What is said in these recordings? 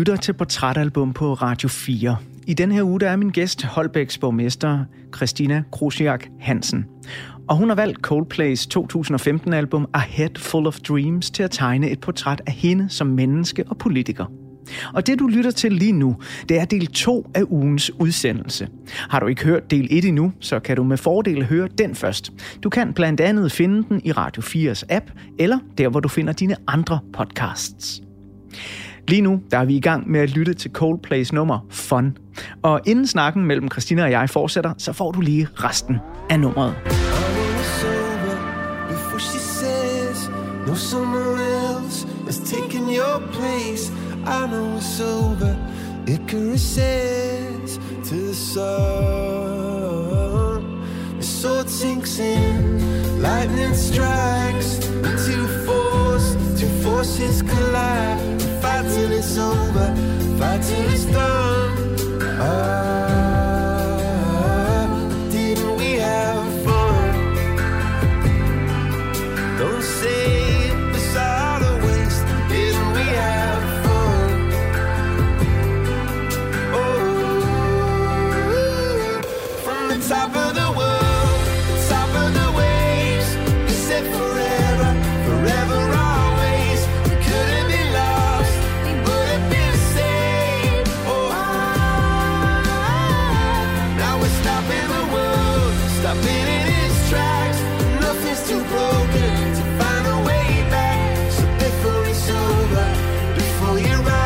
lytter til Portrætalbum på Radio 4. I den her uge der er min gæst Holbæks borgmester Christina Krosiak Hansen. Og hun har valgt Coldplays 2015-album A Head Full of Dreams til at tegne et portræt af hende som menneske og politiker. Og det du lytter til lige nu, det er del 2 af ugens udsendelse. Har du ikke hørt del 1 endnu, så kan du med fordel høre den først. Du kan blandt andet finde den i Radio 4's app, eller der hvor du finder dine andre podcasts. Lige nu der er vi i gang med at lytte til Coldplays nummer Fun. Og inden snakken mellem Christina og jeg fortsætter, så får du lige resten af nummeret. I know it's over. Icarus says to the sun. The sword sinks in, lightning strikes. Two forces collide. Fight till it's over, fight till it's done. Didn't we have fun? Don't say it was all a waste. Didn't we have fun? Top of the world, top of the waves. We said forever, forever always. We couldn't be lost, we would have been saved. Now we're stopping the world, stopping in its tracks. Nothing's too broken to find a way back. So before it's over, before you run.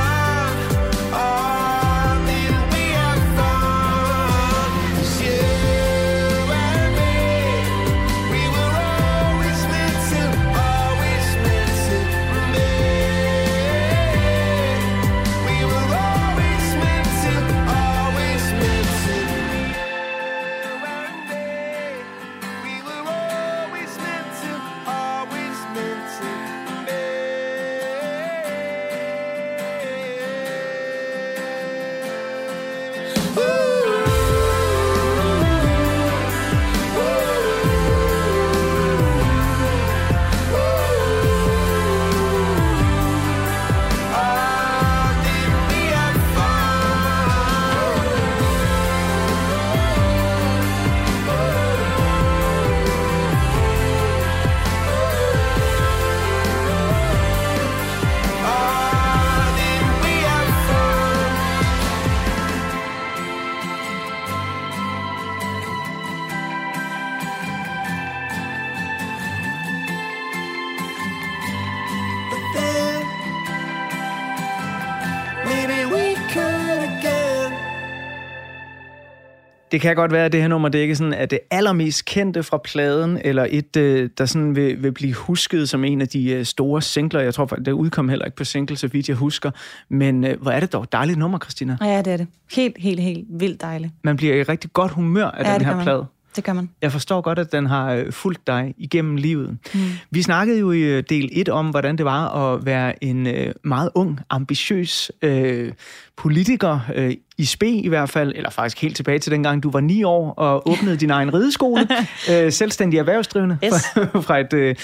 Det kan godt være, at det her nummer det ikke sådan, er det allermest kendte fra pladen, eller et, der sådan vil blive husket som en af de store singler. Jeg tror, det udkom heller ikke på single, så vidt jeg husker. Men hvor er det dog dejligt nummer, Christina? Ja, det er det. Helt vildt dejligt. Man bliver i rigtig godt humør af den her plade. Det kan man. Jeg forstår godt, at den har fulgt dig igennem livet. Vi snakkede jo i del 1 om, hvordan det var at være en meget ung, ambitiøs politiker, i spe i hvert fald, eller faktisk helt tilbage til dengang, du var 9 år og åbnede din egen rideskole, selvstændig erhvervsdrivende, yes. fra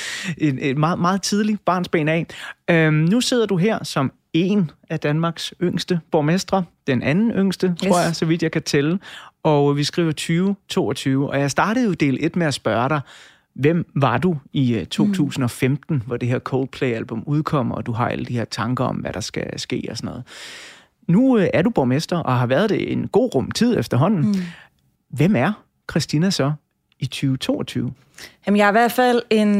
et meget, meget tidligt barnsben af. Nu sidder du her som en af Danmarks yngste borgmestre, den anden yngste, tror jeg, så vidt jeg kan tælle, og vi skriver 2022, og jeg startede jo del 1 med at spørge dig, hvem var du i 2015, hvor det her Coldplay-album udkommer, og du har alle de her tanker om, hvad der skal ske og sådan noget. Nu er du borgmester, og har været det en god rum tid efterhånden. Hvem er Christina så i 2022? Jamen, jeg er i hvert fald en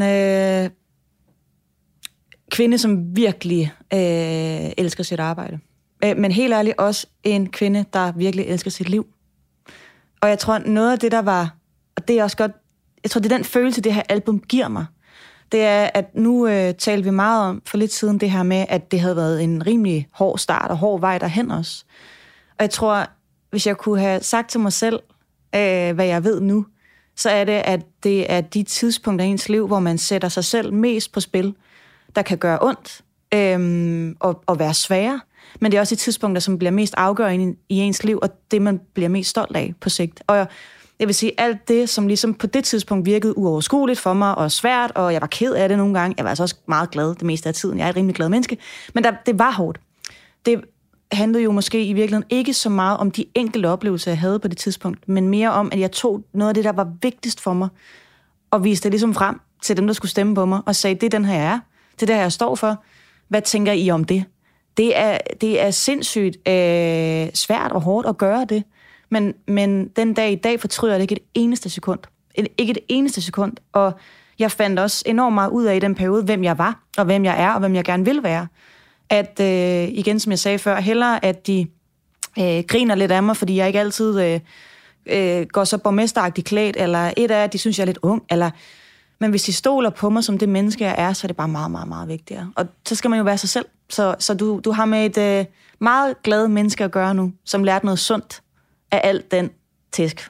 kvinde, som virkelig elsker sit arbejde. Men helt ærligt også en kvinde, der virkelig elsker sit liv. Og jeg tror, noget af det, der var, og det er også godt, jeg tror, det er den følelse, det her album giver mig, det er, at nu talte vi meget om for lidt siden det her med, at det havde været en rimelig hård start og hård vej derhen også. Og jeg tror, hvis jeg kunne have sagt til mig selv, hvad jeg ved nu, så er det, at det er de tidspunkter i ens liv, hvor man sætter sig selv mest på spil, der kan gøre ondt og være svære. Men det er også de tidspunkter, som bliver mest afgørende i ens liv, og det, man bliver mest stolt af på sigt. Og jeg vil sige, alt det, som ligesom på det tidspunkt virkede uoverskueligt for mig, og svært, og jeg var ked af det nogle gange. Jeg var altså også meget glad det meste af tiden. Jeg er et rimelig glad menneske. Men det var hårdt. handlede jo måske i virkeligheden ikke så meget om de enkelte oplevelser, jeg havde på det tidspunkt, men mere om, at jeg tog noget af det, der var vigtigst for mig, og viste det ligesom frem til dem, der skulle stemme på mig, og sagde, det er den her jeg er, det er det her, jeg står for. Hvad tænker I om det? Det er sindssygt svært og hårdt at gøre det, men den dag i dag fortryder jeg det ikke et eneste sekund. Ikke et eneste sekund, og jeg fandt også enormt meget ud af i den periode, hvem jeg var, og hvem jeg er, og hvem jeg gerne vil være. At, igen som jeg sagde før, hellere at de griner lidt af mig, fordi jeg ikke altid går så borgmesteragtigt klædt, eller et af, at de synes, jeg er lidt ung, men hvis de stoler på mig som det menneske, jeg er, så er det bare meget, meget, meget vigtigere. Og så skal man jo være sig selv. Så du har med et meget glad menneske at gøre nu, som lærte noget sundt af alt den tæsk.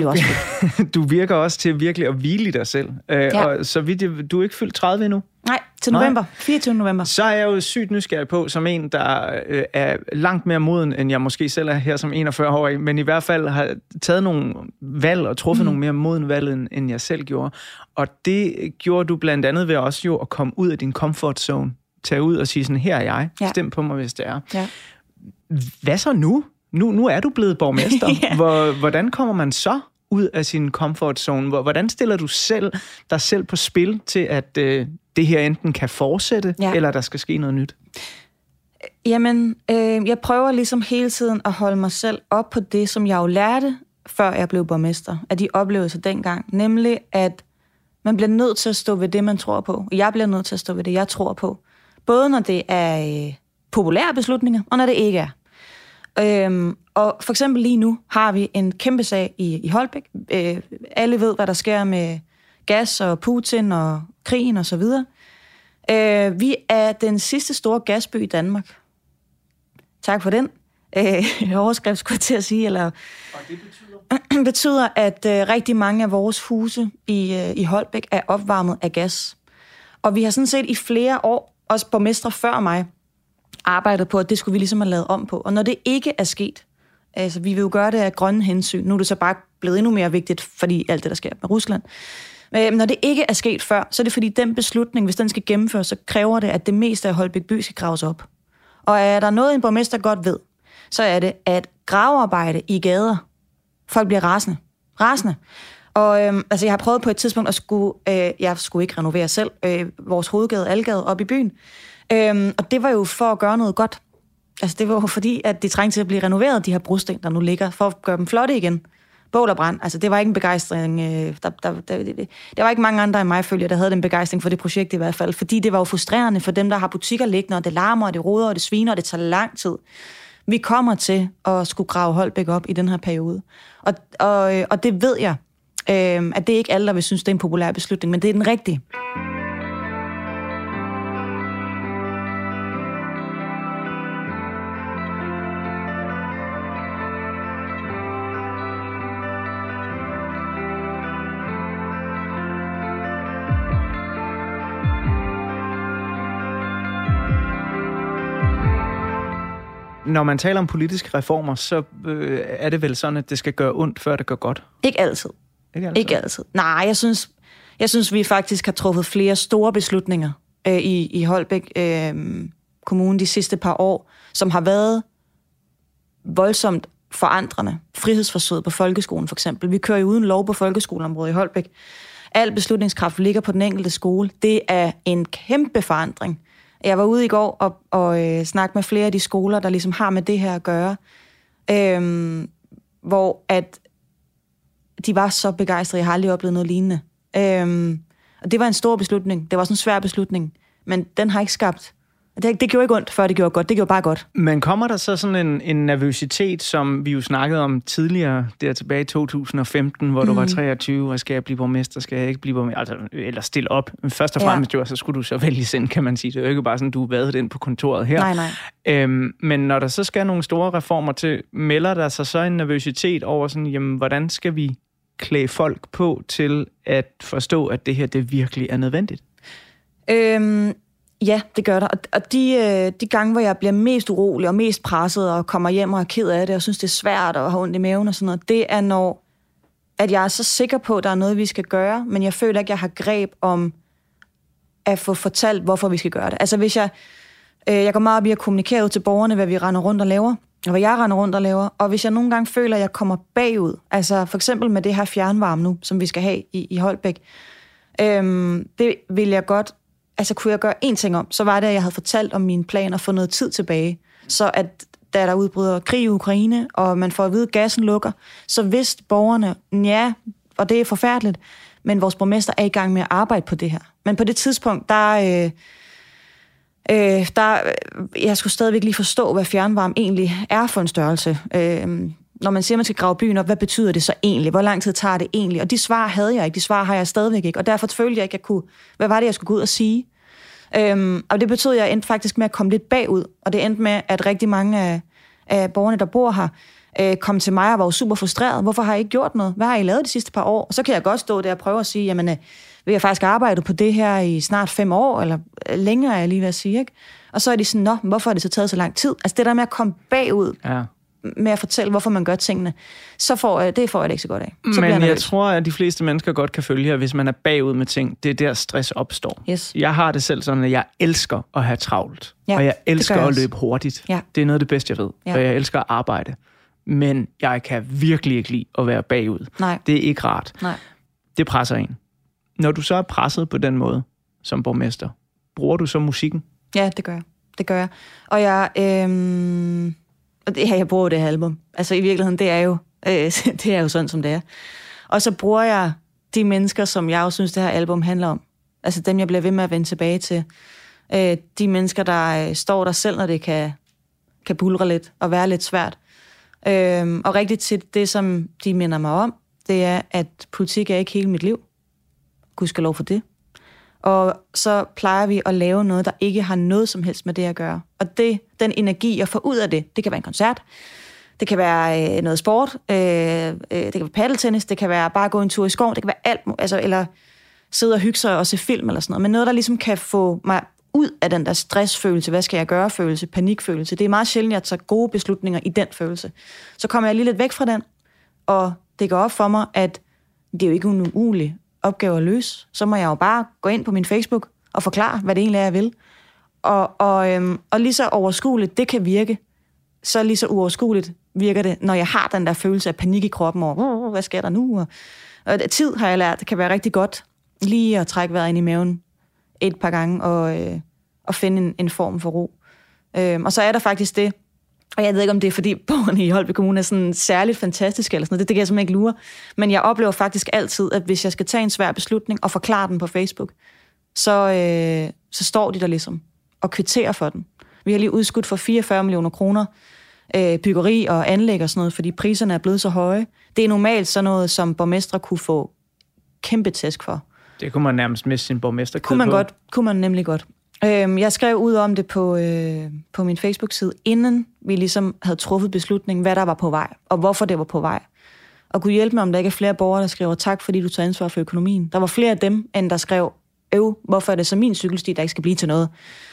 Du virker også til virkelig at hvile i dig selv. Ja. Og så vidt du er ikke fyldt 30 endnu? Nej, til november. 24. november. Så er jeg jo sygt nysgerrig på, som en, der er langt mere moden, end jeg måske selv er her som 41-årig, men i hvert fald har taget nogle valg og truffet nogle mere moden valg, end jeg selv gjorde. Og det gjorde du blandt andet ved også jo at komme ud af din comfort zone. Tage ud og sige sådan, her er jeg. Ja. Stem på mig, hvis det er. Ja. Hvad så nu? Nu er du blevet borgmester. Ja. Hvordan kommer man så ud af sin comfort zone? Hvordan stiller du dig selv på spil til, at det her enten kan fortsætte, eller der skal ske noget nyt? Jamen, jeg prøver ligesom hele tiden at holde mig selv op på det, som jeg jo lærte, før jeg blev borgmester, af de oplevelser dengang. Nemlig, at man bliver nødt til at stå ved det, man tror på. Jeg bliver nødt til at stå ved det, jeg tror på. Både når det er populære beslutninger, og når det ikke er. Og for eksempel lige nu har vi en kæmpe sag i Holbæk. Alle ved, hvad der sker med gas og Putin og krigen og så videre. Vi er den sidste store gasby i Danmark. Tak for den. Overskrift skulle jeg til at sige. Eller, og det betyder, at rigtig mange af vores huse i Holbæk er opvarmet af gas. Og vi har sådan set i flere år, også borgmestre før mig, arbejdet på, at det skulle vi ligesom have lavet om på. Og når det ikke er sket, altså vi vil jo gøre det af grønne hensyn, nu er det så bare blevet endnu mere vigtigt, fordi alt det, der sker med Rusland. Når det ikke er sket før, så er det fordi den beslutning, hvis den skal gennemføres, så kræver det, at det meste af Holbæk by skal graves op. Og er der noget, en borgmester godt ved, så er det, at gravearbejde i gader, folk bliver rasende. Og altså jeg har prøvet på et tidspunkt at jeg skulle ikke renovere selv, vores hovedgade, Algade, op i byen. Og det var jo for at gøre noget godt. Altså det var jo fordi, at de trængte til at blive renoveret, de her brosten, der nu ligger, for at gøre dem flotte igen. Bål og brand. Altså det var ikke en begejstring. Der var ikke mange andre end mig, følger, der havde den begejstring for det projekt i hvert fald. Fordi det var jo frustrerende for dem, der har butikker liggende, og det larmer, og det roder, og det sviner, og det tager lang tid. Vi kommer til at skulle grave Holbæk op i den her periode. Og det ved jeg, at det er ikke alle, der vil synes, det er en populær beslutning, men det er den rigtige. Når man taler om politiske reformer, så er det vel sådan, at det skal gøre ondt, før det gør godt? Ikke altid. Ikke altid. Nej, jeg synes, vi faktisk har truffet flere store beslutninger i Holbæk Kommune de sidste par år, som har været voldsomt forandrende. Frihedsforsøget på folkeskolen for eksempel. Vi kører jo uden lov på folkeskoleområdet i Holbæk. Al beslutningskraft ligger på den enkelte skole. Det er en kæmpe forandring. Jeg var ude i går og snakke med flere af de skoler, der ligesom har med det her at gøre, hvor at de var så begejstrede. Jeg har aldrig oplevet noget lignende. Og det var en stor beslutning. Det var sådan en svær beslutning, men den har ikke skabt. Det gjorde ikke ondt, før det gjorde godt. Det gjorde bare godt. Men kommer der så sådan en nervøsitet, som vi jo snakkede om tidligere, der tilbage i 2015, hvor du var 23, og skal jeg blive borgmester, skal jeg ikke blive borgmester, altså, eller stille op. Først og fremmest så skulle du så vælge sind, kan man sige. Det er jo ikke bare sådan, du været ind på kontoret her. Nej. Men når der så skal nogle store reformer til, melder der sig så en nervøsitet over sådan, jamen, hvordan skal vi klæde folk på til at forstå, at det her, det virkelig er nødvendigt? Ja, det gør der. Og de gange, hvor jeg bliver mest urolig og mest presset og kommer hjem og er ked af det og synes, det er svært og har ondt i maven og sådan noget, det er når, at jeg er så sikker på, at der er noget, vi skal gøre, men jeg føler ikke, at jeg har greb om at få fortalt, hvorfor vi skal gøre det. Altså hvis jeg Jeg går meget op i at kommunikere ud til borgerne, hvad vi render rundt og laver, og hvad jeg render rundt og laver. Og hvis jeg nogle gange føler, at jeg kommer bagud, altså for eksempel med det her fjernvarme nu, som vi skal have i Holbæk, det vil jeg godt, altså kunne jeg gøre én ting om, så var det, at jeg havde fortalt om mine planer og få noget tid tilbage, så at da der udbryder krig i Ukraine, og man får at vide, at gassen lukker, så vidste borgerne, ja, og det er forfærdeligt, men vores borgmester er i gang med at arbejde på det her. Men på det tidspunkt, jeg skulle stadigvæk lige forstå, hvad fjernvarme egentlig er for en størrelse. Når man siger, at man skal grave byen op, hvad betyder det så egentlig? Hvor lang tid tager det egentlig? Og de svar havde jeg ikke, de svar har jeg stadigvæk ikke, og derfor følte jeg ikke, at jeg kunne, hvad var det, jeg skulle gå ud og sige? Og det betød, at jeg endte faktisk med at komme lidt bagud, og det endte med, at rigtig mange af borgerne, der bor her, kom til mig og var super frustreret. Hvorfor har I ikke gjort noget? Hvad har I lavet de sidste par år? Og så kan jeg godt stå der og prøve at sige, jamen, vi har faktisk arbejdet på det her i snart 5 år, eller længere, er jeg lige ved at sige, ikke? Og så er de sådan, nå, hvorfor har det så taget så lang tid? Altså det der med at komme bagud, med at fortælle, hvorfor man gør tingene, så får jeg det ikke så godt af. Så men jeg tror, at de fleste mennesker godt kan følge her, hvis man er bagud med ting. Det er der, stress opstår. Yes. Jeg har det selv sådan, at jeg elsker at have travlt. Ja, og jeg elsker at løbe hurtigt. Ja. Det er noget af det bedste, jeg ved. Ja. Og jeg elsker at arbejde. Men jeg kan virkelig ikke lide at være bagud. Nej. Det er ikke rart. Nej. Det presser en. Når du så er presset på den måde, som borgmester, bruger du så musikken? Ja, det gør jeg. Det gør jeg. Og jeg bruger det her album. Altså i virkeligheden, det er jo sådan, som det er. Og så bruger jeg de mennesker, som jeg jo synes, det her album handler om. Altså dem, jeg bliver ved med at vende tilbage til. De mennesker, der står der selv, når det kan bulre lidt og være lidt svært. Og rigtigt tit, det som de minder mig om, det er, at politik er ikke hele mit liv. Gudskelov for det. Og så plejer vi at lave noget, der ikke har noget som helst med det at gøre. Og den energi, jeg får ud af det kan være en koncert, det kan være noget sport, det kan være paddeltennis, det kan være bare at gå en tur i skoven, det kan være alt, altså, eller sidde og hygge sig og se film eller sådan noget. Men noget, der ligesom kan få mig ud af den der stressfølelse, hvad skal jeg gøre følelse, panikfølelse. Det er meget sjældent, at jeg tager gode beslutninger i den følelse. Så kommer jeg lige lidt væk fra den, og det går op for mig, at det er jo ikke en umulig opgave at løse. Så må jeg jo bare gå ind på min Facebook og forklare, hvad det egentlig er, jeg vil. Og lige så overskueligt det kan virke, så lige så uoverskueligt virker det, når jeg har den der følelse af panik i kroppen over, hvad sker der nu? Og tid har jeg lært, det kan være rigtig godt lige at trække vejret ind i maven et par gange og finde en form for ro. Og så er der faktisk det, og jeg ved ikke, om det er, fordi borgerne i Holbæk Kommune er sådan særligt fantastiske eller sådan noget. Det kan jeg simpelthen ikke lure. Men jeg oplever faktisk altid, at hvis jeg skal tage en svær beslutning og forklare den på Facebook, så står de der ligesom og kvitterer for den. Vi har lige udskudt for 44 millioner kroner byggeri og anlæg og sådan noget, fordi priserne er blevet så høje. Det er normalt sådan noget, som borgmestre kunne få kæmpe tæsk for. Det kunne man nærmest miste sin borgmester. Kunne man nemlig godt. Jeg skrev ud om det på min Facebook-side, inden vi ligesom havde truffet beslutningen, hvad der var på vej, og hvorfor det var på vej. Og kunne hjælpe mig, om der ikke er flere borgere, der skriver, tak fordi du tager ansvar for økonomien. Der var flere af dem, end der skrev, hvorfor er det så min cykelsti, der ikke skal blive til noget.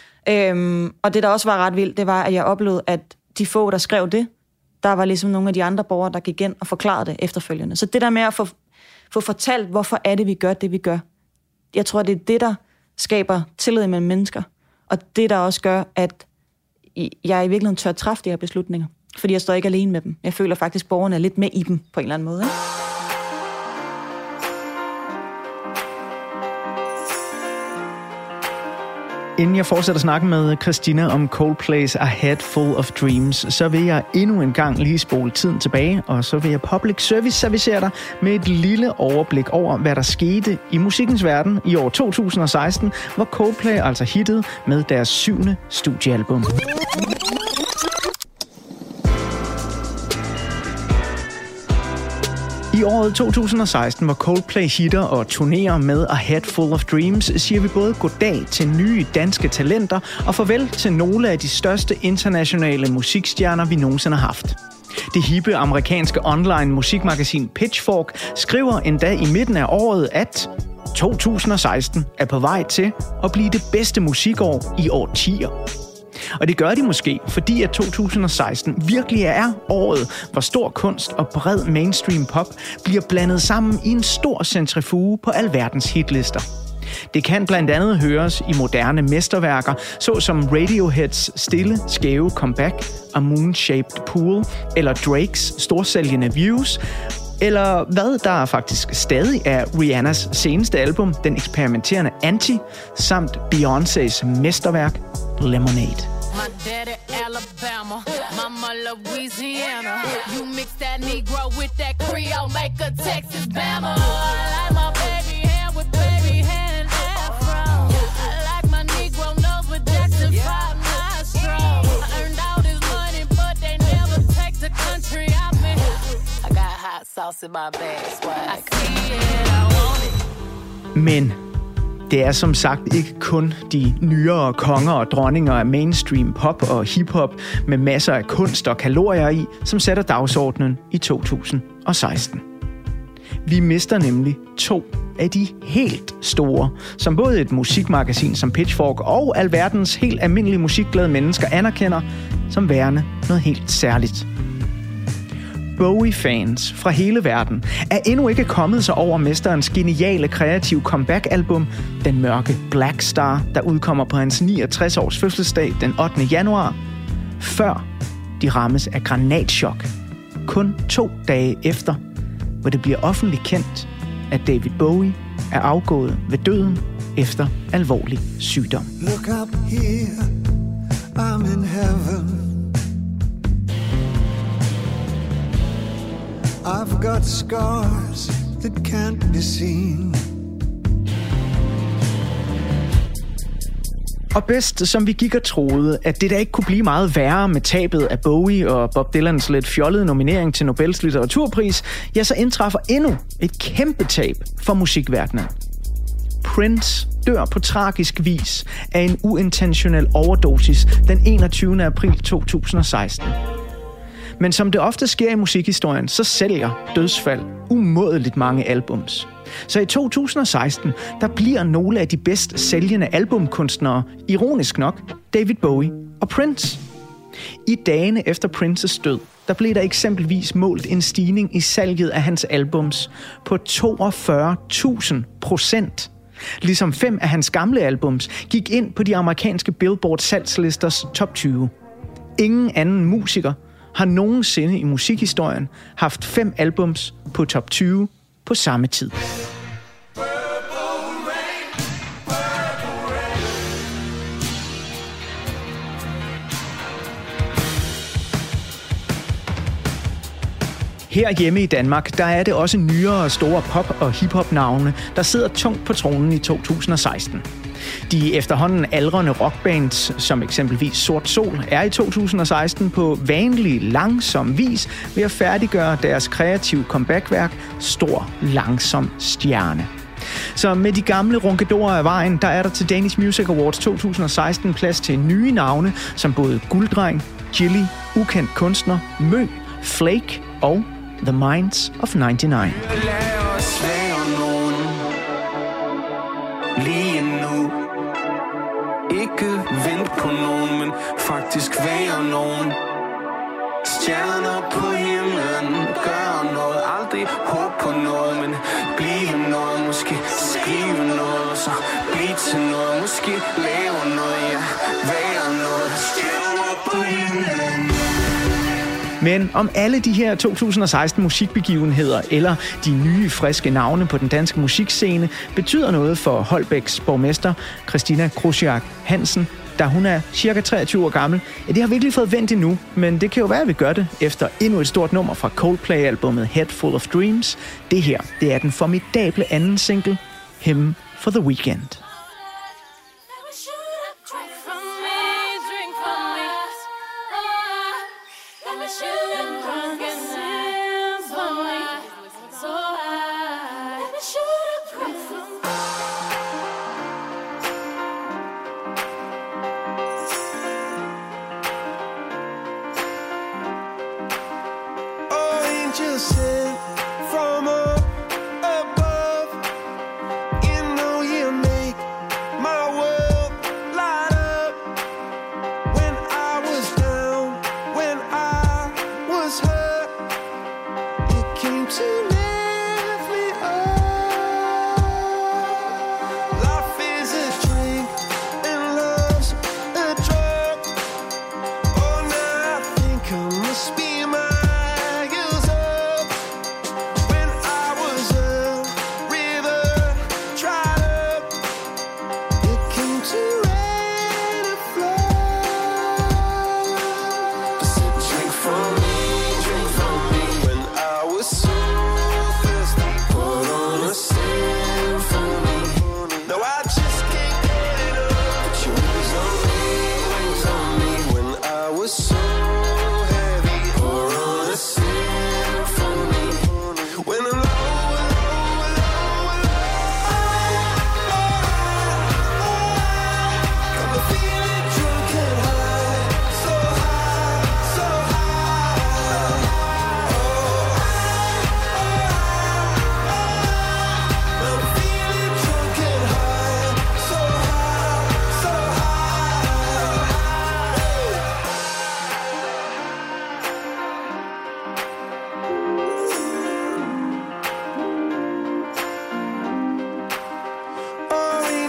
Og det, der også var ret vildt, det var, at jeg oplevede, at de få, der skrev det, der var ligesom nogle af de andre borgere, der gik ind og forklarede det efterfølgende. Så det der med at få fortalt, hvorfor er det, vi gør det, vi gør. Jeg tror, det er det, der skaber tillid mellem mennesker. Og det, der også gør, at jeg i virkeligheden tør træffe de her beslutninger. Fordi jeg står ikke alene med dem. Jeg føler faktisk, at borgerne er lidt med i dem på en eller anden måde. Ikke? Inden jeg fortsætter snakken med Christina om Coldplay's A Head Full of Dreams, så vil jeg endnu en gang lige spole tiden tilbage, og så vil jeg public service servicere dig med et lille overblik over, hvad der skete i musikkens verden i år 2016, hvor Coldplay altså hittede med deres 7. studiealbum. I året 2016, hvor Coldplay hitter og turnerer med A Head Full of Dreams, siger vi både goddag til nye danske talenter og farvel til nogle af de største internationale musikstjerner, vi nogensinde har haft. Det hippe amerikanske online musikmagasin Pitchfork skriver endda i midten af året, at 2016 er på vej til at blive det bedste musikår i årtier. Og det gør de måske, fordi at 2016 virkelig er året, hvor stor kunst og bred mainstream pop bliver blandet sammen i en stor centrifuge på alverdens hitlister. Det kan blandt andet høres i moderne mesterværker, såsom Radioheads stille, skæve comeback, A Moon-Shaped Pool, eller Drakes storsælgende Views, eller hvad der faktisk stadig er Rihannas seneste album, den eksperimenterende Anti, samt Beyoncés mesterværk Lemonade. My daddy Alabama, mama Louisiana. You mix that Negro with that Creole, make a Texas Bama. I like my baby hair with baby hair and afro. I like my Negro nose with Jackson 5 nostrils. I earned all this money, but they never take the country out me. I got hot sauce in my bag, swag. I see it, I want it. Men det er som sagt ikke kun de nyere konger og dronninger af mainstream pop og hiphop med masser af kunst og kalorier i, som sætter dagsordenen i 2016. Vi mister nemlig 2 af de helt store, som både et musikmagasin som Pitchfork og alverdens helt almindelige musikglade mennesker anerkender som værende noget helt særligt. Bowie-fans fra hele verden er endnu ikke kommet sig over mesterens geniale kreative comeback-album, Den Mørke Black Star, der udkommer på hans 69-års fødselsdag den 8. januar, før de rammes af granatschok. Kun 2 dage efter, hvor det bliver offentligt kendt, at David Bowie er afgået ved døden efter alvorlig sygdom. Look up here, I'm in heaven. I've got scars that can't be seen. Og bedst som vi gik og troede, at det da ikke kunne blive meget værre med tabet af Bowie og Bob Dylans lidt fjollede nominering til Nobels litteraturpris, ja, så indtræffer endnu et kæmpe tab for musikverdenen. Prince dør på tragisk vis af en uintentionel overdosis den 21. april 2016. Men som det ofte sker i musikhistorien, så sælger dødsfald umådeligt mange albums. Så i 2016, der bliver nogle af de bedst sælgende albumkunstnere, ironisk nok, David Bowie og Prince. I dagene efter Princes død, der blev der eksempelvis målt en stigning i salget af hans albums på 42.000%. Ligesom 5 af hans gamle albums gik ind på de amerikanske Billboard salgslisters top 20. Ingen anden musiker har nogensinde i musikhistorien haft 5 albums på top 20 på samme tid. Her hjemme i Danmark, der er det også nyere store pop- og hiphop-navne, der sidder tungt på tronen i 2016. De efterhånden aldrende rockbands, som eksempelvis Sort Sol, er i 2016 på vanlig langsom vis ved at færdiggøre deres kreative comebackværk Stor Langsom Stjerne. Så med de gamle runkedorer af vejen, der er der til Danish Music Awards 2016 plads til nye navne, som både Gulddreng, Jilly, Ukendt Kunstner, Mø, Flake og The Minds of 99. Lad os være nogen lige nu. Ikke vent på nogen, men faktisk være nogen. Stjerner på himlen, gør noget, aldrig håb på noget, men blive noget, måske skrive noget, så blive til noget, måske lave noget, ja, være noget. Stjerner på himlen. Men om alle de her 2016 musikbegivenheder eller de nye, friske navne på den danske musikscene betyder noget for Holbæks borgmester Christina Krosiak Hansen, da hun er cirka 23 år gammel, ja, det har vi ikke lige fået vendt endnu, men det kan jo være, at vi gør det efter endnu et stort nummer fra Coldplay-albummet Head Full of Dreams. Det her, det er den formidable anden single, Hymn for the Weekend. Just sent from up above. You know you make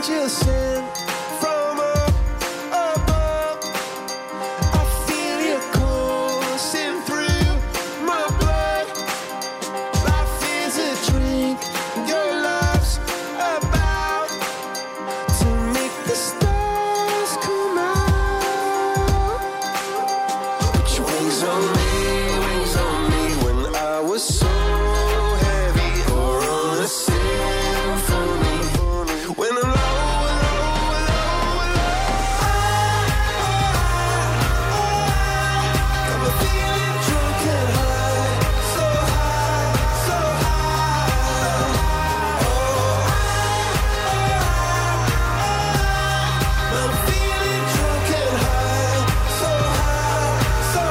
angel sent from up above. I feel you coursing through my blood. Life is a drink, your love's about to make the stars come out. Put your wings on me when I was so heavy, or on a symphony. When I'm low, got me feeling drunk and high, so high, so high. I'm feeling drunk and high, so high, so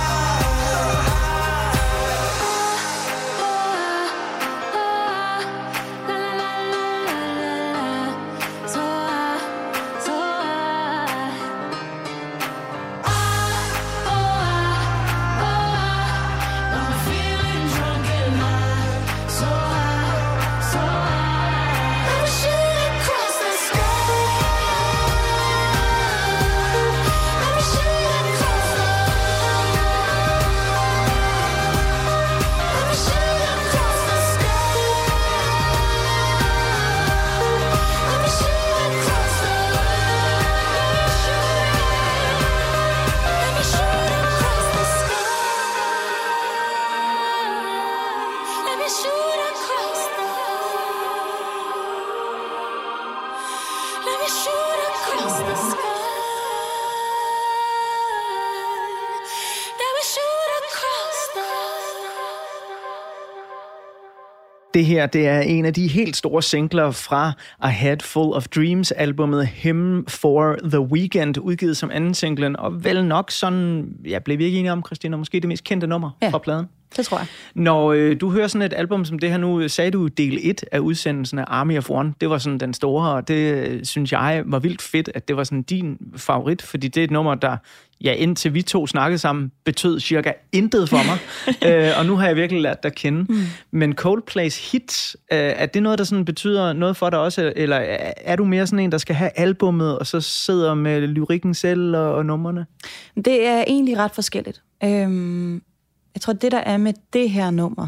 Det her, det er en af de helt store singler fra A Head Full of Dreams, albumet Hymn for the Weekend, udgivet som anden singlen, og vel nok sådan, blev vi ikke enige om, Christina, måske det mest kendte nummer fra pladen? Det tror jeg. Når du hører sådan et album som det her nu, sagde du del 1 af udsendelsen af Army of One, det var sådan den store, og det synes jeg var vildt fedt, at det var sådan din favorit, fordi det er et nummer, der, indtil vi to snakkede sammen, betød cirka intet for mig, og nu har jeg virkelig lært dig at kende. Men Coldplay's hits, er det noget, der sådan betyder noget for dig også, eller er du mere sådan en, der skal have albummet, og så sidder med lyrikken selv og numrene? Det er egentlig ret forskelligt. Jeg tror, det der er med det her nummer,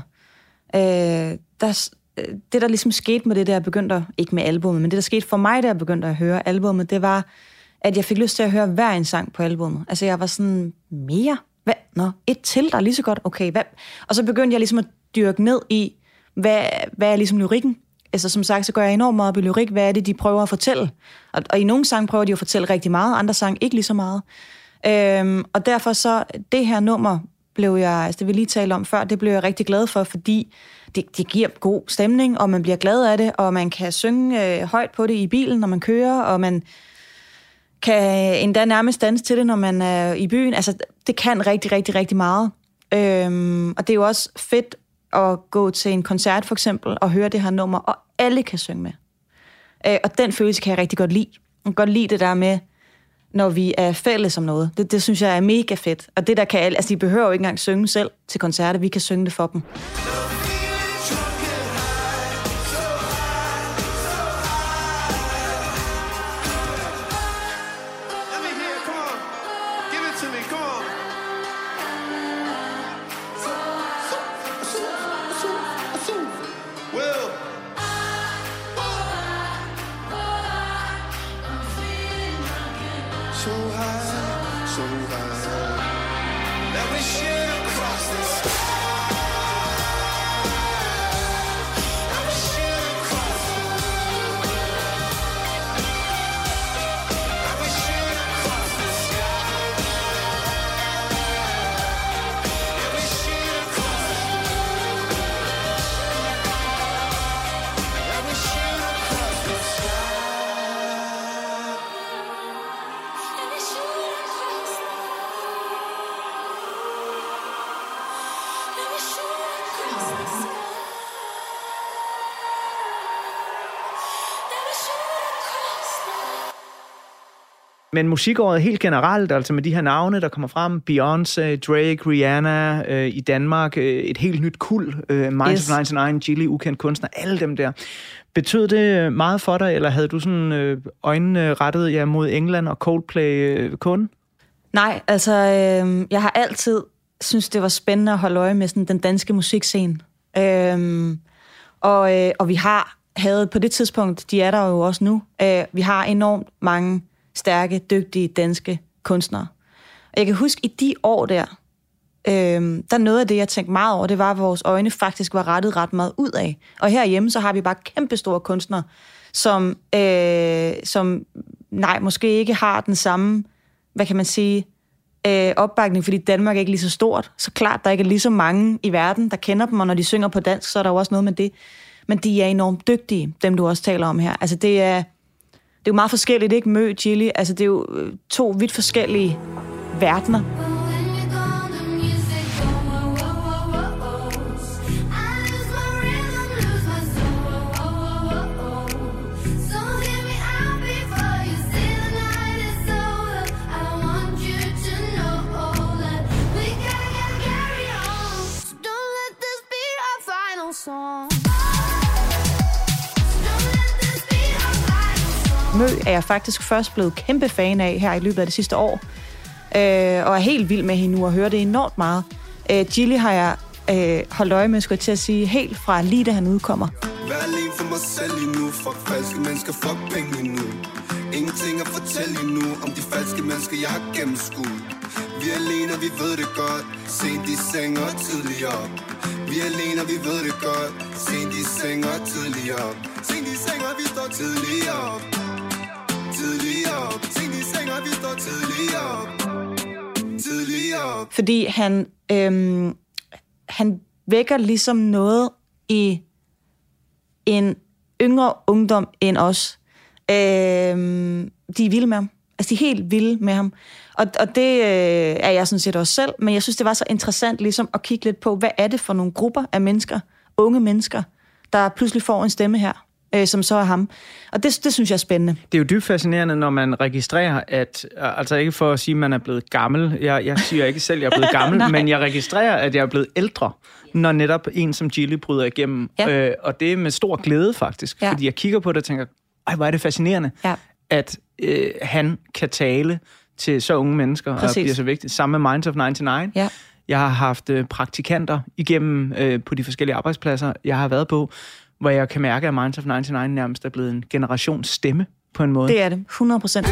det der ligesom skete med det der begyndte, ikke med albummet, men det der skete for mig, der begyndte at høre albummet, det var, at jeg fik lyst til at høre hver en sang på albummet. Altså jeg var sådan, mere? Hvad? Nå, et til, der er lige så godt. Okay, hvad? Og så begyndte jeg ligesom at dyrke ned i, hvad er ligesom lyrikken? Altså som sagt, så går jeg enormt meget op i lyrik. Hvad er det, de prøver at fortælle? Og i nogle sange prøver de at fortælle rigtig meget, andre sange ikke lige så meget. Og derfor så, det her nummer blev jeg, altså det vi lige talte om før, det blev jeg rigtig glad for, fordi det giver god stemning, og man bliver glad af det, og man kan synge højt på det i bilen, når man kører, og man kan endda nærmest danse til det, når man er i byen. Altså, det kan rigtig, rigtig, rigtig meget. Og det er jo også fedt at gå til en koncert, for eksempel, og høre det her nummer, og alle kan synge med. Og den følelse kan jeg rigtig godt lide. Jeg kan godt lide det der med, når vi er fælles om noget. Det synes jeg er mega fedt. Og det der kan alle, altså de behøver jo ikke engang synge selv til koncerter, vi kan synge det for dem. Men musikåret helt generelt, altså med de her navne, der kommer frem, Beyoncé, Drake, Rihanna, i Danmark, et helt nyt kuld, Minds of 99, Gilly, ukendt kunstner, alle dem der. Betød det meget for dig, eller havde du sådan øjnene rettet mod England og Coldplay kun? Nej, altså, jeg har altid synes det var spændende at holde øje med sådan den danske musikscene. Og vi havde på det tidspunkt, de er der jo også nu, vi har enormt mange stærke, dygtige danske kunstnere. Og jeg kan huske, i de år der noget af det, jeg tænkte meget over, det var, at vores øjne faktisk var rettet ret meget ud af. Og herhjemme, så har vi bare kæmpestore kunstnere, som måske ikke har den samme, hvad kan man sige, opbakning, fordi Danmark er ikke lige så stort. Så klart, der ikke er lige så mange i verden, der kender dem, og når de synger på dansk, så er der jo også noget med det. Men de er enormt dygtige, dem du også taler om her. Altså det er jo meget forskelligt, ikke? Mø, Gilly, altså det er jo 2 vidt forskellige verdener. Mø er jeg faktisk først blevet kæmpe fan af her i løbet af det sidste år. Og er helt vild med hende nu og hører det enormt meget. Gilly har jeg holdt øje med, skulle jeg til at sige, helt fra lige da han udkommer. Vær alene for mig selv endnu, fuck falske mennesker, fuck penge endnu. Ingenting at fortælle endnu om de falske mennesker, jeg har gennemskudt. Vi er alene, og vi ved det godt, sent i seng og tidligere op. Vi er alene, og vi ved det godt, sent i seng og tidligere op. Sent i seng, og vi står tidligere op. Tidligere op. Sent i seng, og vi står tidligere op. Tidligere op. Fordi han vækker ligesom noget i en yngre ungdom end os. De er vilde med ham. Altså, de er helt vilde med ham. Og det er jeg sådan set også selv, men jeg synes, det var så interessant ligesom at kigge lidt på, hvad er det for nogle grupper af mennesker, unge mennesker, der pludselig får en stemme her, som så er ham. Og det synes jeg er spændende. Det er jo dybt fascinerende, når man registrerer, at, altså ikke for at sige, at man er blevet gammel, jeg siger ikke selv, at jeg er blevet gammel, men jeg registrerer, at jeg er blevet ældre, når netop en som Gilly bryder igennem. Ja. Og det er med stor glæde faktisk, fordi jeg kigger på det og tænker, ej, hvor er det fascinerende, at han kan tale til så unge mennesker, og bliver så vigtigt, sammen med Minds of 99. Ja. Jeg har haft praktikanter igennem på de forskellige arbejdspladser, jeg har været på, hvor jeg kan mærke, at Minds of 99 nærmest er blevet en generationsstemme på en måde. Det er det, 100%.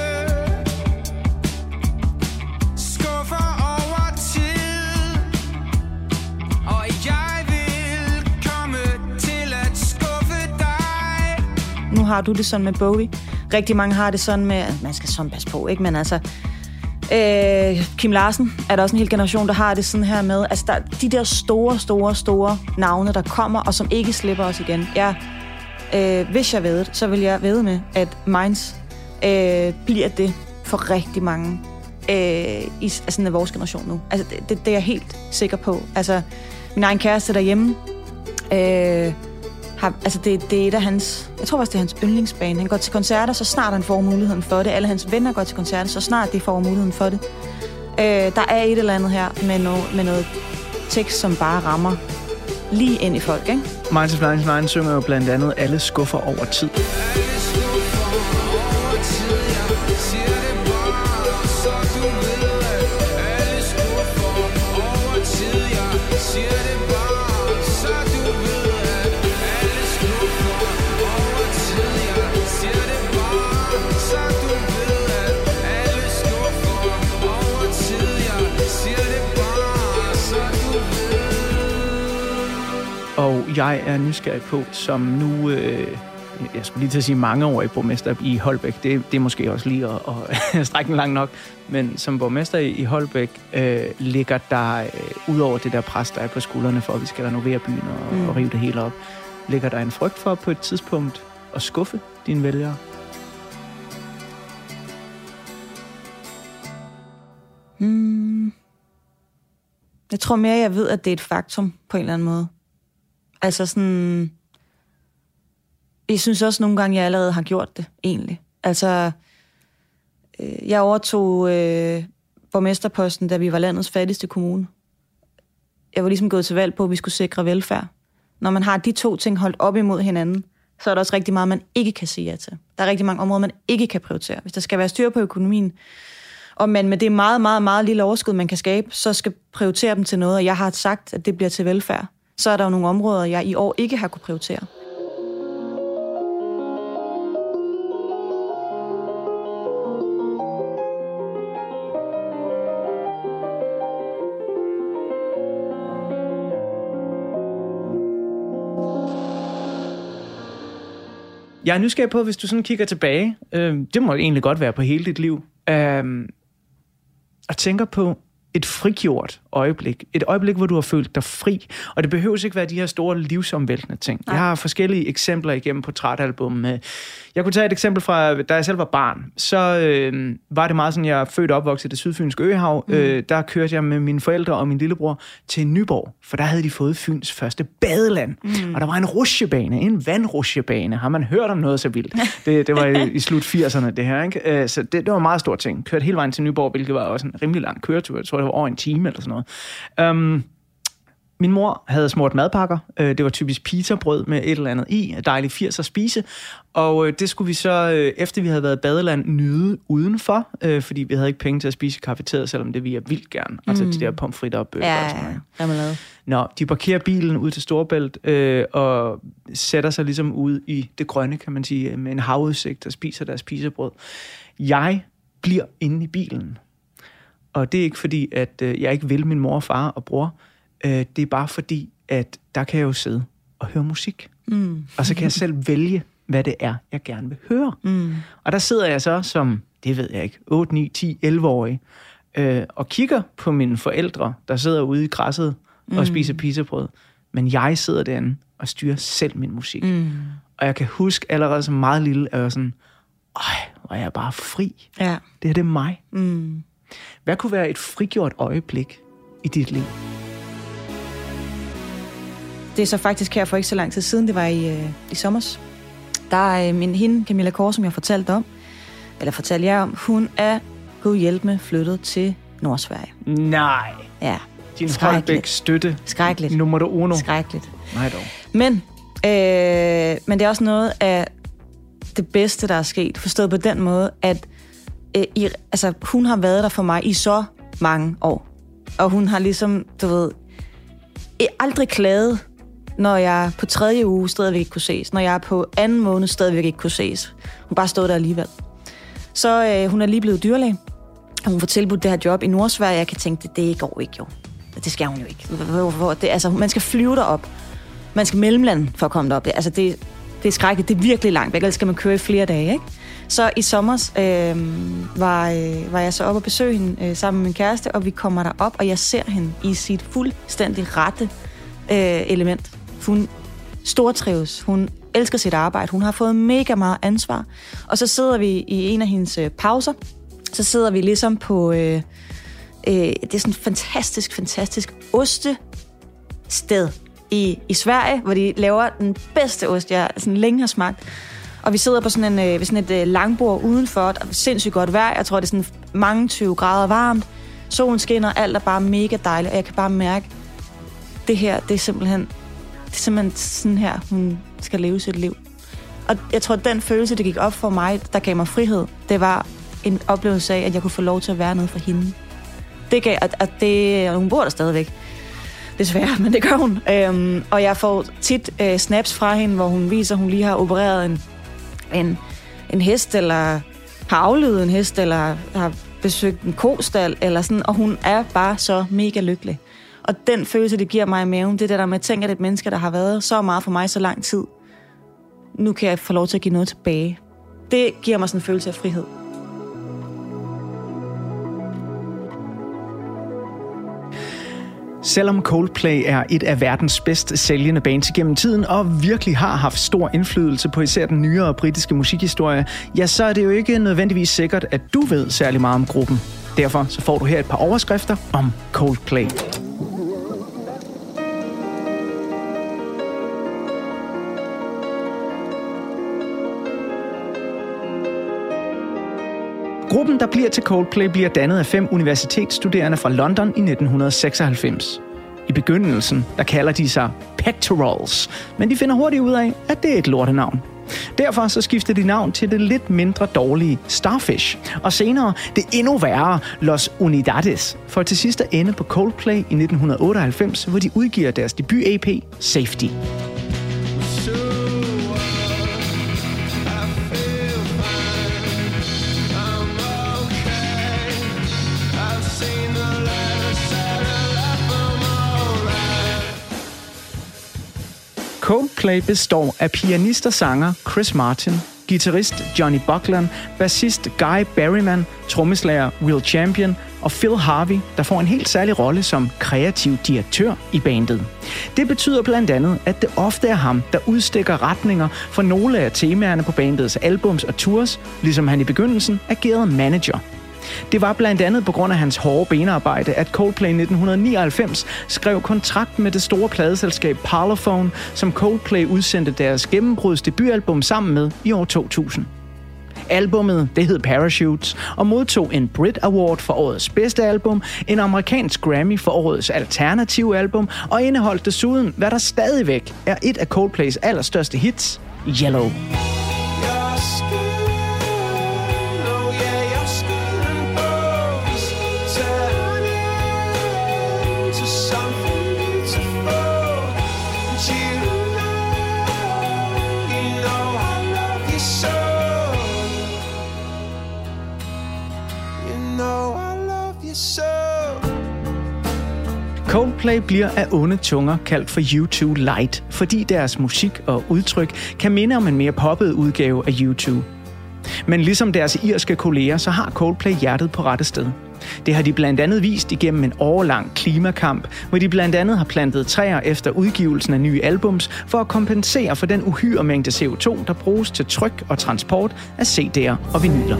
Nu har du det sådan med Bowie. Rigtig mange har det sådan med, at man skal sådan passe på, ikke? Men altså, Kim Larsen er der også en hel generation, der har det sådan her med, altså der, de der store navne, der kommer, og som ikke slipper os igen. Hvis jeg ved det, så vil jeg vide med, at Minds bliver det for rigtig mange af vores generation nu. Altså, det er jeg helt sikker på. Altså, min egen kæreste derhjemme, det er et af hans, jeg tror også, det er hans yndlingsbane. Han går til koncerter, så snart han får muligheden for det. Alle hans venner går til koncerter, så snart de får muligheden for det. Der er et eller andet her med noget tekst, som bare rammer lige ind i folk, ikke? Minds of 99 synger jo blandt andet alle skuffer over tid. Og jeg er nysgerrig på, som nu, jeg skulle lige til at sige mangeårig borgmester i Holbæk, det er måske også lige at strække den langt nok, men som borgmester i Holbæk ligger der, ud over det der pres, der er på skuldrene for, at vi skal renovere byen og rive det hele op, ligger der en frygt for på et tidspunkt at skuffe dine vælgere? Jeg tror mere, jeg ved, at det er et faktum på en eller anden måde. Altså sådan, jeg synes også nogle gange, jeg allerede har gjort det, egentlig. Altså, Jeg overtog borgmesterposten, da vi var landets fattigste kommune. Jeg var ligesom gået til valg på, at vi skulle sikre velfærd. Når man har de to ting holdt op imod hinanden, så er der også rigtig meget, man ikke kan sige ja til. Der er rigtig mange områder, man ikke kan prioritere. Hvis der skal være styr på økonomien, og man med det meget, meget, meget lille overskud, man kan skabe, så skal prioritere dem til noget, og jeg har sagt, at det bliver til velfærd. Så er der jo nogle områder, jeg i år ikke har kunne prioritere. Jeg er nysgerrig på, hvis du sådan kigger tilbage, det må egentlig godt være på hele dit liv, og tænker på et frigjort øjeblik. Et øjeblik, hvor du har følt dig fri. Og det behøver ikke være de her store livsomvæltende ting. Nej. Jeg har forskellige eksempler igennem portrætalbummet. Jeg kunne tage et eksempel fra, da jeg selv var barn. Så var det meget sådan, jeg er født og opvokset i det sydfynske Øhav. Der kørte jeg med mine forældre og min lillebror til Nyborg. For der havde de fået Fyns første badeland. Og der var en rutsjebane, en vandrutsjebane. Har man hørt om noget så vildt? Det var i slut 80'erne, det her. Ikke? Så det var en meget stor ting. Kørte hele vejen til Nyborg, hvilket var også en rimelig lang køretur. Jeg tror, det var over en time eller sådan noget. Min mor havde smurt madpakker. Det var typisk pizzabrød med et eller andet i. Dejligt 80 at spise. Og det skulle vi så, efter vi havde været i badeland, nyde udenfor. Fordi vi havde ikke penge til at spise i cafeteriet, selvom det vi er vildt gerne. Altså de der pomfritter og bøger og sådan noget. Nå, de parkerer bilen ud til Storebælt og sætter sig ligesom ud i det grønne, kan man sige, med en havudsigt og spiser deres pizzabrød. Jeg bliver inde i bilen. Og det er ikke fordi, at jeg ikke vil min mor og far og bror. Det er bare fordi, at der kan jeg jo sidde og høre musik. Og så kan jeg selv vælge, hvad det er, jeg gerne vil høre. Og der sidder jeg så som, det ved jeg ikke, 8, 9, 10, 11-årig, og kigger på mine forældre, der sidder ude i græsset og spiser pizzabrød. Men jeg sidder derinde og styrer selv min musik. Og jeg kan huske allerede som meget lille, at jeg var sådan, hvor er jeg bare fri. Ja. Det her, det er mig. Hvad kunne være et frigjort øjeblik i dit liv? Det er så faktisk her for ikke så lang tid siden, det var i sommers. Der er hende, Camilla Kåre, som jeg fortalte jer om, hun er gud hjælp med flyttet til Nordsverige. Nej. Ja. Din Holbæk støtte. Skrækkeligt. Nummer uno. Skrækkeligt. Nej dog. Men det er også noget af det bedste, der er sket. Forstået på den måde, at hun har været der for mig i så mange år. Og hun har ligesom, du ved, aldrig klaget, når jeg på 3. uge stadigvæk ikke kunne ses. Når jeg på 2. måned stadigvæk ikke kunne ses. Hun bare stod der alligevel. Så hun er lige blevet dyrlæge. Og hun får tilbudt det her job i Nordsverige. Jeg kan tænke, det går ikke jo. Det skal hun jo ikke. Man skal flyve derop. Man skal mellemlande for at komme derop. Det er skrækkeligt. Det er virkelig langt væk. Ellers skal man køre i flere dage, ikke? Så i sommers var jeg så oppe og besøge hende sammen med min kæreste, og vi kommer derop, og jeg ser hende i sit fuldstændig rette element. Hun stortrives, hun elsker sit arbejde, hun har fået mega meget ansvar. Og så sidder vi i en af hendes pauser, så sidder vi ligesom på, det er sådan et fantastisk ostested i Sverige, hvor de laver den bedste ost, jeg sådan længe har smagt. Og vi sidder på sådan et langbord udenfor, der er sindssygt godt vejr. Jeg tror, det er sådan mange 20 grader varmt. Solen skinner, alt er bare mega dejligt, og jeg kan bare mærke, det her, det er simpelthen sådan her, hun skal leve sit liv. Og jeg tror, at den følelse, det gik op for mig, der gav mig frihed, det var en oplevelse af, at jeg kunne få lov til at være noget for hende. Det gav, og hun bor der stadigvæk. Desværre, men det gør hun. Og jeg får tit snaps fra hende, hvor hun viser, at hun lige har opereret en hest, eller har aflivet en hest, eller har besøgt en kostal, eller sådan, og hun er bare så mega lykkelig. Og den følelse, det giver mig i maven, det er det der med at tænke, at et menneske, der har været så meget for mig så lang tid, nu kan jeg få lov til at give noget tilbage. Det giver mig sådan en følelse af frihed. Selvom Coldplay er et af verdens bedst sælgende bands igennem tiden, og virkelig har haft stor indflydelse på især den nyere britiske musikhistorie, ja, så er det jo ikke nødvendigvis sikkert, at du ved særlig meget om gruppen. Derfor så får du her et par overskrifter om Coldplay. Gruppen, der bliver til Coldplay, bliver dannet af 5 universitetsstuderende fra London i 1996. I begyndelsen, der kalder de sig Pectorals, men de finder hurtigt ud af, at det er et lortenavn. Derfor så skifter de navn til det lidt mindre dårlige Starfish, og senere det endnu værre Los Unidades, for til sidst at ende på Coldplay i 1998, hvor de udgiver deres debut-EP Safety. Coldplay består af pianist og sanger Chris Martin, guitarist Johnny Buckland, bassist Guy Berryman, trommeslager Will Champion og Phil Harvey, der får en helt særlig rolle som kreativ direktør i bandet. Det betyder blandt andet, at det ofte er ham, der udstikker retninger for nogle af temaerne på bandets albums og tours, ligesom han i begyndelsen agerede manager. Det var blandt andet på grund af hans hårde benarbejde, at Coldplay i 1999 skrev kontrakt med det store pladeselskab Parlophone, som Coldplay udsendte deres gennembruds debutalbum sammen med i år 2000. Albummet, det hed Parachutes, og modtog en Brit Award for årets bedste album, en amerikansk Grammy for årets alternative album, og indeholdt desuden, hvad der stadigvæk er et af Coldplays allerstørste hits, Yellow. Coldplay bliver af onde tunger kaldt for U2 Light, fordi deres musik og udtryk kan minde om en mere poppet udgave af U2. Men ligesom deres irske kolleger, så har Coldplay hjertet på rette sted. Det har de blandt andet vist igennem en årelang klimakamp, hvor de blandt andet har plantet træer efter udgivelsen af nye albums for at kompensere for den uhyre mængde CO2, der bruges til tryk og transport af CD'er og vinyler.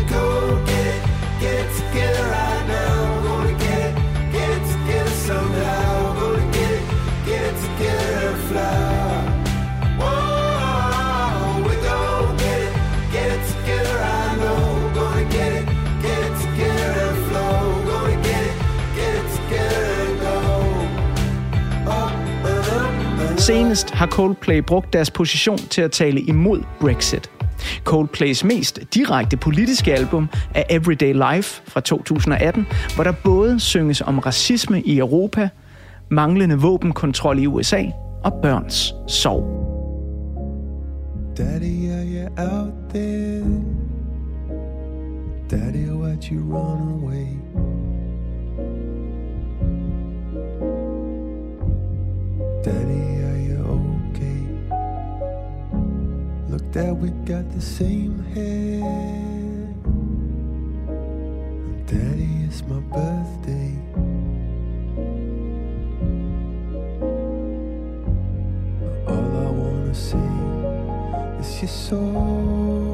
Senest har Coldplay brugt deres position til at tale imod Brexit. Coldplays mest direkte politiske album er Everyday Life fra 2018, hvor der både synges om racisme i Europa, manglende våbenkontrol i USA og børns sorg. Daddy, are you out there? Daddy, why'd you run away? Daddy, are you okay? Look, Dad, we got the same hair. And Daddy, it's my birthday. But all I wanna say is you're so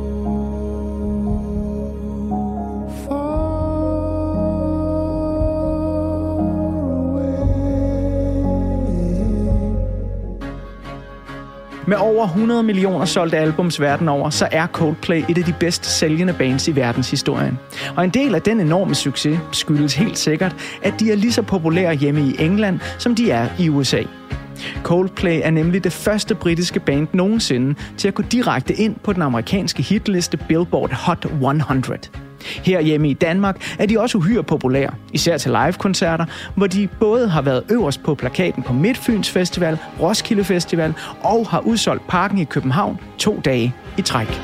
Med over 100 millioner solgte albums verden over, så er Coldplay et af de bedst sælgende bands i verdenshistorien. Og en del af den enorme succes skyldes helt sikkert, at de er lige så populære hjemme i England, som de er i USA. Coldplay er nemlig det første britiske band nogensinde til at gå direkte ind på den amerikanske hitliste Billboard Hot 100. Herhjemme i Danmark er de også uhyre populære, især til live-koncerter, hvor de både har været øverst på plakaten på Midtfyns Festival, Roskilde Festival og har udsolgt Parken i København 2 dage i træk.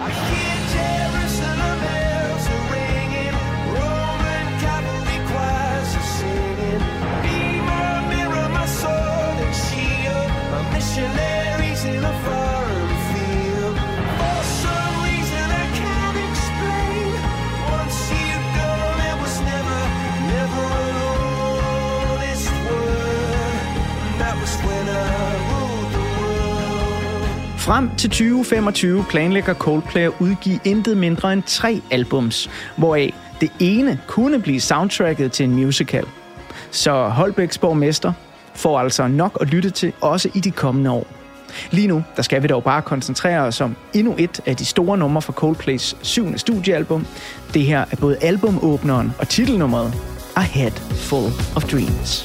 Frem til 2025 planlægger Coldplay at udgive intet mindre end 3 albums, hvoraf det ene kunne blive soundtracket til en musical. Så Holbæks borgmester får altså nok at lytte til også i de kommende år. Lige nu, der skal vi dog bare koncentrere os om endnu et af de store numre fra Coldplays 7. studiealbum. Det her er både albumåbneren og titelnummeret A Head Full of Dreams.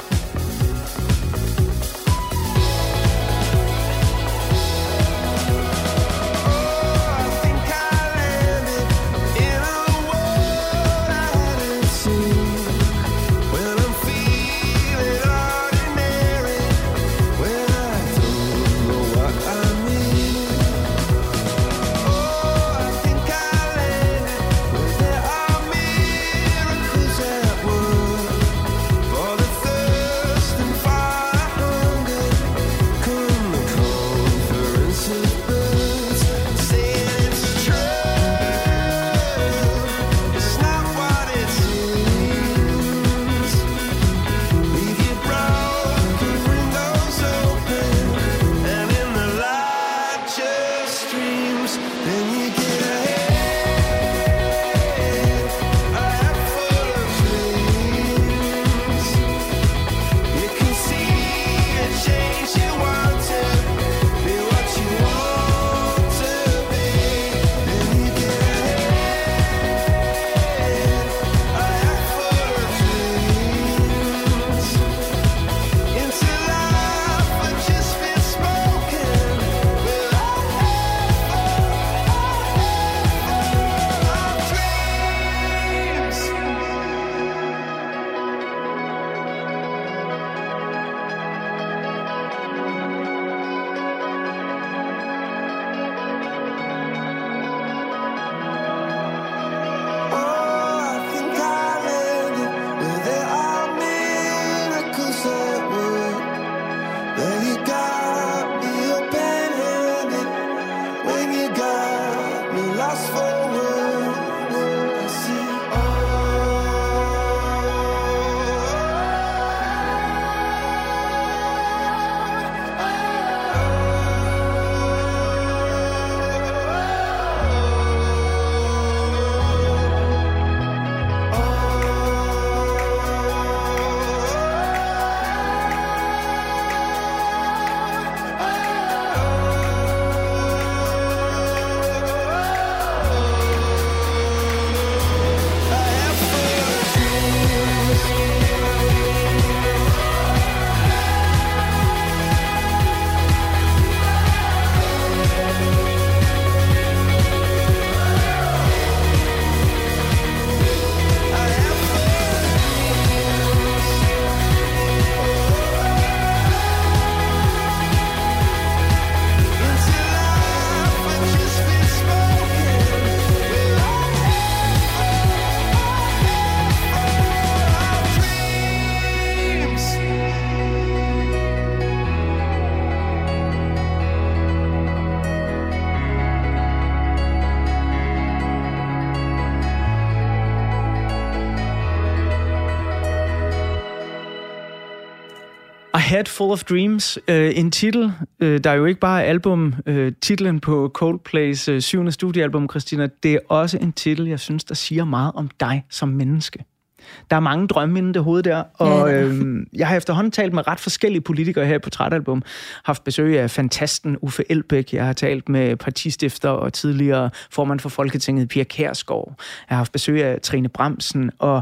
A Head Full of Dreams, en titel, der er jo ikke bare album-titlen på Coldplays 7. studiealbum, Christina. Det er også en titel, jeg synes, der siger meget om dig som menneske. Der er mange drømme inden det hoved der, og jeg har efterhånden talt med ret forskellige politikere her i Portrætalbum. Haft besøg af fantasten Uffe Elbæk, jeg har talt med partistifter og tidligere formand for Folketinget Pia Kjærsgaard. Jeg har haft besøg af Trine Bramsen, og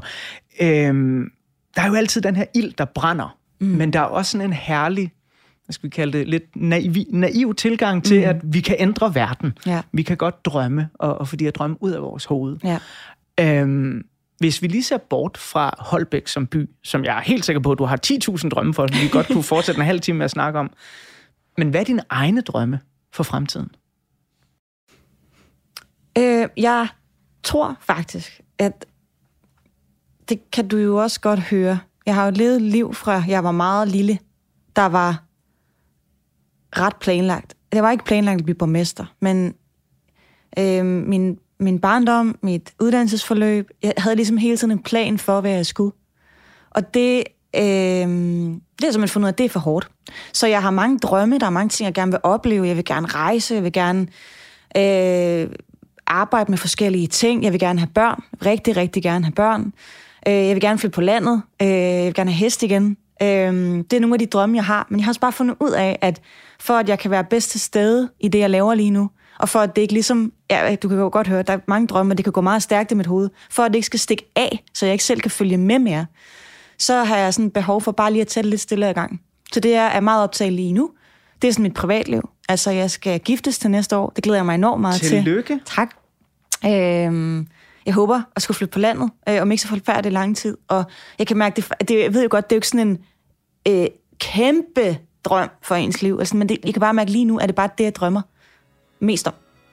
der er jo altid den her ild, der brænder. Men der er også sådan en herlig, hvad skal vi kalde det, lidt naiv tilgang til, at vi kan ændre verden. Ja. Vi kan godt drømme, og fordi at drømme ud af vores hoved. Ja. Hvis vi lige ser bort fra Holbæk som by, som jeg er helt sikker på, at du har 10.000 drømme for, som vi godt kunne fortsætte en halv time med at snakke om. Men hvad er dine egne drømme for fremtiden? Jeg tror faktisk, at det kan du jo også godt høre. Jeg har jo levet liv fra, jeg var meget lille, der var ret planlagt. Det var ikke planlagt at blive borgmester, men min barndom, mit uddannelsesforløb, jeg havde ligesom hele tiden en plan for, hvad jeg skulle. Og det er simpelthen fundet ud af, at det er for hårdt. Så jeg har mange drømme, der er mange ting, jeg gerne vil opleve. Jeg vil gerne rejse, jeg vil gerne arbejde med forskellige ting. Jeg vil gerne have børn, rigtig, rigtig gerne have børn. Jeg vil gerne flytte på landet. Jeg vil gerne have hest igen. Det er nogle af de drømme, jeg har. Men jeg har også bare fundet ud af, at for at jeg kan være bedst til stede i det, jeg laver lige nu, og for at det ikke ligesom... Ja, du kan jo godt høre, der er mange drømme, og det kan gå meget stærkt i mit hoved. For at det ikke skal stikke af, så jeg ikke selv kan følge med mere, så har jeg sådan behov for bare lige at tage det lidt stille ad gang. Så det er meget optaget lige nu. Det er sådan mit privatliv. Altså, jeg skal giftes til næste år. Det glæder jeg mig enormt meget til. Tillykke. Tak. Jeg håber at skulle flytte på landet, om ikke så forfærdeligt lang tid. Og jeg kan mærke, jeg ved jo godt, det er jo ikke sådan en kæmpe drøm for ens liv. Altså, men jeg kan bare mærke lige nu, at det bare det, jeg drømmer mest om.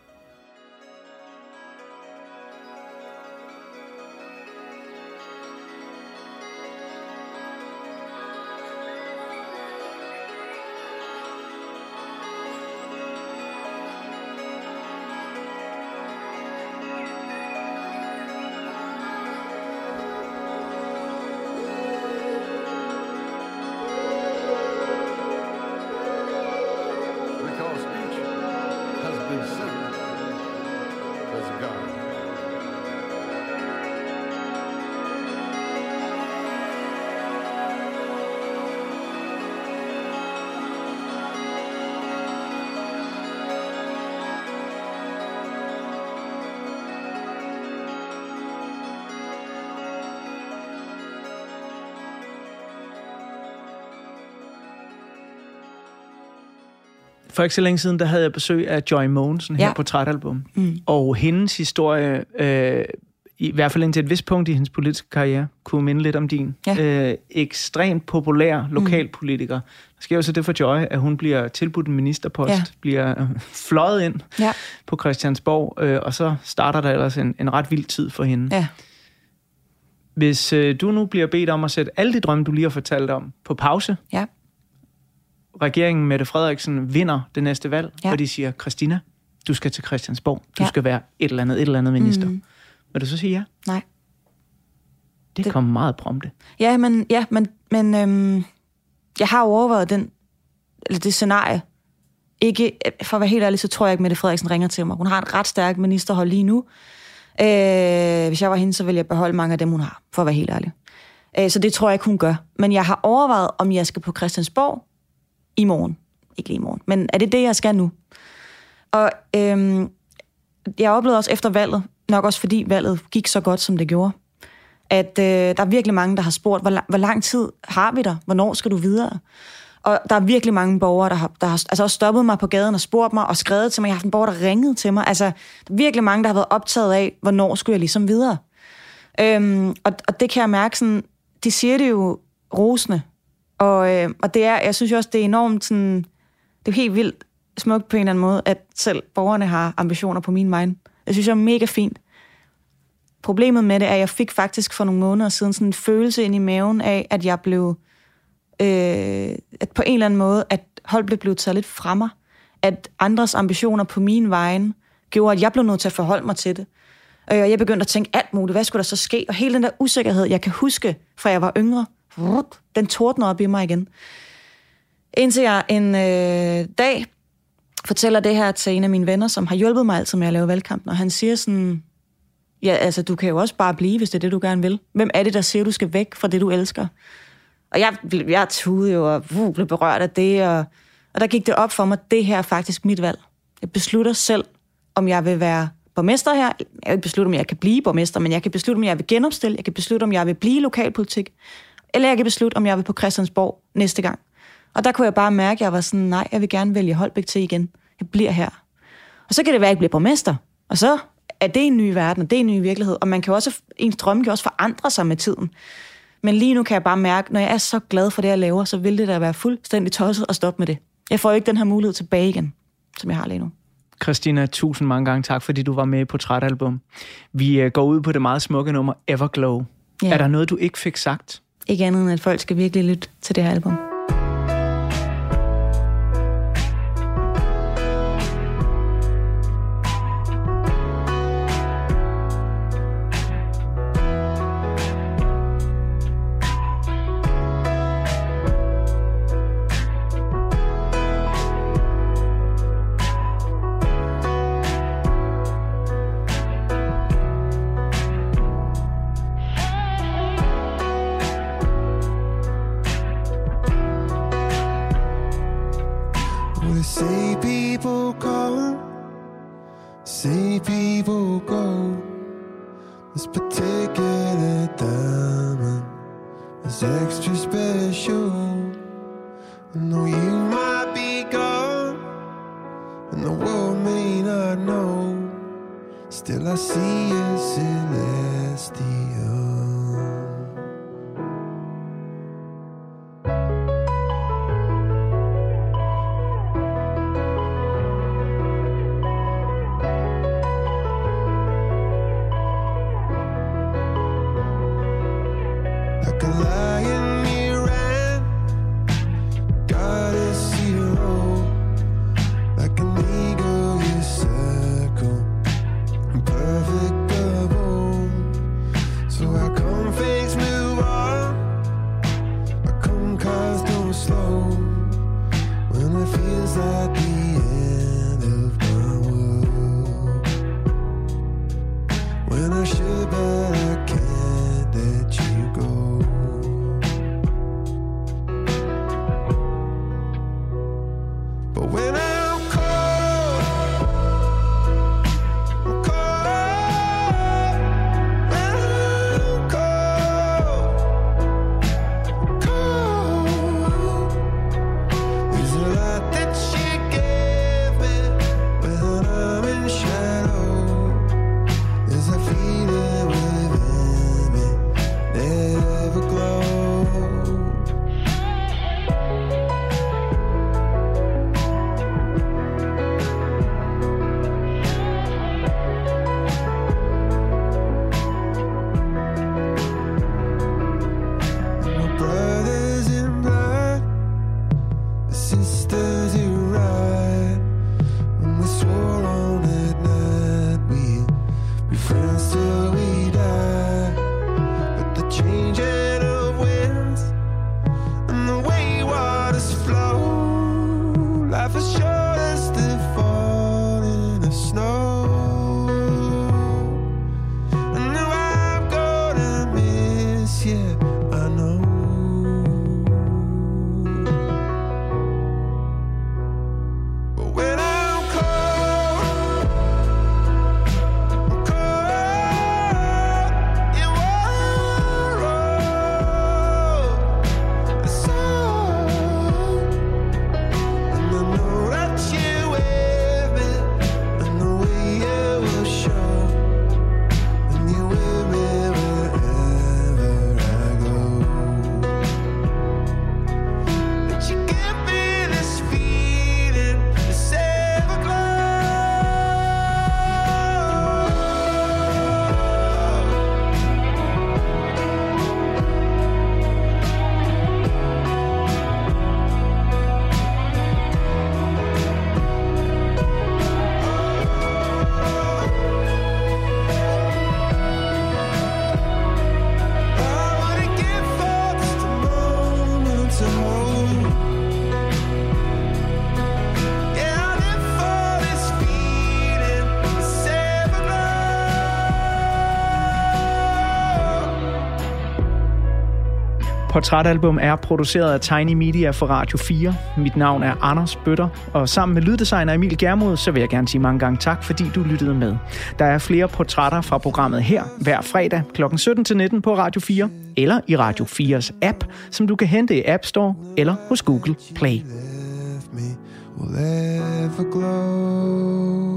Because each has been sent as God. For ikke så længe siden, der havde jeg besøg af Joy Mogensen her Ja. på Portrætalbum. Og hendes historie, i hvert fald indtil et vist punkt i hendes politiske karriere, kunne minde lidt om din. Ja. Ekstremt populær lokalpolitiker. Der sker jo så det for Joy, at hun bliver tilbudt en ministerpost, bliver fløjet ind på Christiansborg, og så starter der ellers en ret vild tid for hende. Ja. Hvis du nu bliver bedt om at sætte alle de drømme, du lige har fortalt om, på pause, Ja. regeringen Mette Frederiksen vinder det næste valg, Ja. og de siger, Christina, du skal til Christiansborg. Du Ja. skal være et eller andet minister. Vil du så sige ja? Nej. Det kom meget prompte. Ja, men jeg har overvejet det scenarie. Ikke, for at være helt ærlig, så tror jeg ikke, Mette Frederiksen ringer til mig. Hun har et ret stærkt ministerhold lige nu. Hvis jeg var hende, så ville jeg beholde mange af dem, hun har, for at være helt ærlig. Så det tror jeg ikke, hun gør. Men jeg har overvejet, om jeg skal på Christiansborg i morgen. Ikke lige i morgen, men er det, jeg skal nu? Og jeg oplevede også efter valget, nok også fordi valget gik så godt, som det gjorde, at der er virkelig mange, der har spurgt, hvor lang tid har vi der? Hvornår skal du videre? Og der er virkelig mange borgere, der har altså også stoppet mig på gaden og spurgt mig og skrevet til mig. Jeg har haft en borger, der ringede til mig. Altså, der er virkelig mange, der har været optaget af, hvornår skulle jeg ligesom videre. Og det kan jeg mærke sådan, de siger det jo rosende. Og det er, jeg synes jo også, det er enormt sådan, det er jo helt vildt smukt på en eller anden måde, at selv borgerne har ambitioner på min vegne. Jeg synes, det er mega fint. Problemet med det er, at jeg fik faktisk for nogle måneder siden sådan en følelse ind i maven af, at jeg blev, at på en eller anden måde, at hold blev taget lidt fra mig. At andres ambitioner på min vegne gjorde, at jeg blev nødt til at forholde mig til det. Og jeg begyndte at tænke alt muligt. Hvad skulle der så ske? Og hele den der usikkerhed, jeg kan huske, fra jeg var yngre, den tordner op i mig igen. Indtil jeg en dag fortæller det her til en af mine venner, som har hjulpet mig altid med at lave valgkampen, og han siger sådan, ja, altså, du kan jo også bare blive, hvis det er det, du gerne vil. Hvem er det, der siger, du skal væk fra det, du elsker? Og jeg tudede jo og blev berørt af det, og der gik det op for mig, det her er faktisk mit valg. Jeg beslutter selv, om jeg vil være borgmester her. Jeg kan ikke beslutte, om jeg kan blive borgmester, men jeg kan beslutte, om jeg vil genopstille. Jeg kan beslutte, om jeg vil blive lokalpolitik. Eller jeg kan beslutte, om jeg vil på Christiansborg næste gang. Og der kunne jeg bare mærke, at jeg var sådan, nej, jeg vil gerne vælge Holbæk til igen. Jeg bliver her. Og så kan det være, at jeg bliver borgmester. Og så er det en ny verden, og det er en ny virkelighed. Og man kan også, ens drømme kan også forandre sig med tiden. Men lige nu kan jeg bare mærke, når jeg er så glad for det, jeg laver, så vil det da være fuldstændig tosset at stoppe med det. Jeg får ikke den her mulighed tilbage igen, som jeg har lige nu. Christina, tusind mange gange tak, fordi du var med i Portrætalbum. Vi går ud på det meget smukke nummer Everglow. Ja. Er der noget, du ikke fik sagt? Ikke andet end, at folk skal virkelig lytte til det her album. beautiful gold. This particular diamond is extra special. I know you might be gone, and the world may not know. Still I see you celestial. Like a lion you ran, goddess hero. Like an eagle you circle, imperfectible. So I come face move on, I come cars don't slow. When it feels like the end of my world, when I should but I can't let you go. But when I'm cold, I'm cold. When I'm cold, cold. There's a lot that you gave me when I'm in shadow. There's a feeling within me, never glow. My brothers in blood, the sisters who ride. When we swore on that night we'd be friends till we die. But the changing of winds and the way waters flow, life is short as the falling of snow. And now I'm gonna miss you, I know. But when I'm cold, I'm cold. You are all the soul. And I know that you with me, and the way you will show. And you with me wherever I go. But you give me this feeling, this everglow. I wanna give for just a moment to hold. Yeah, I live for this feeling, this everglow. Portrætalbum er produceret af Tiny Media for Radio 4. Mit navn er Anders Bøtter, og sammen med lyddesigner Emil Gjermod, så vil jeg gerne sige mange gange tak, fordi du lyttede med. Der er flere portrætter fra programmet her hver fredag kl. 17-19 på Radio 4, eller i Radio 4's app, som du kan hente i App Store eller hos Google Play. Left me will ever glow.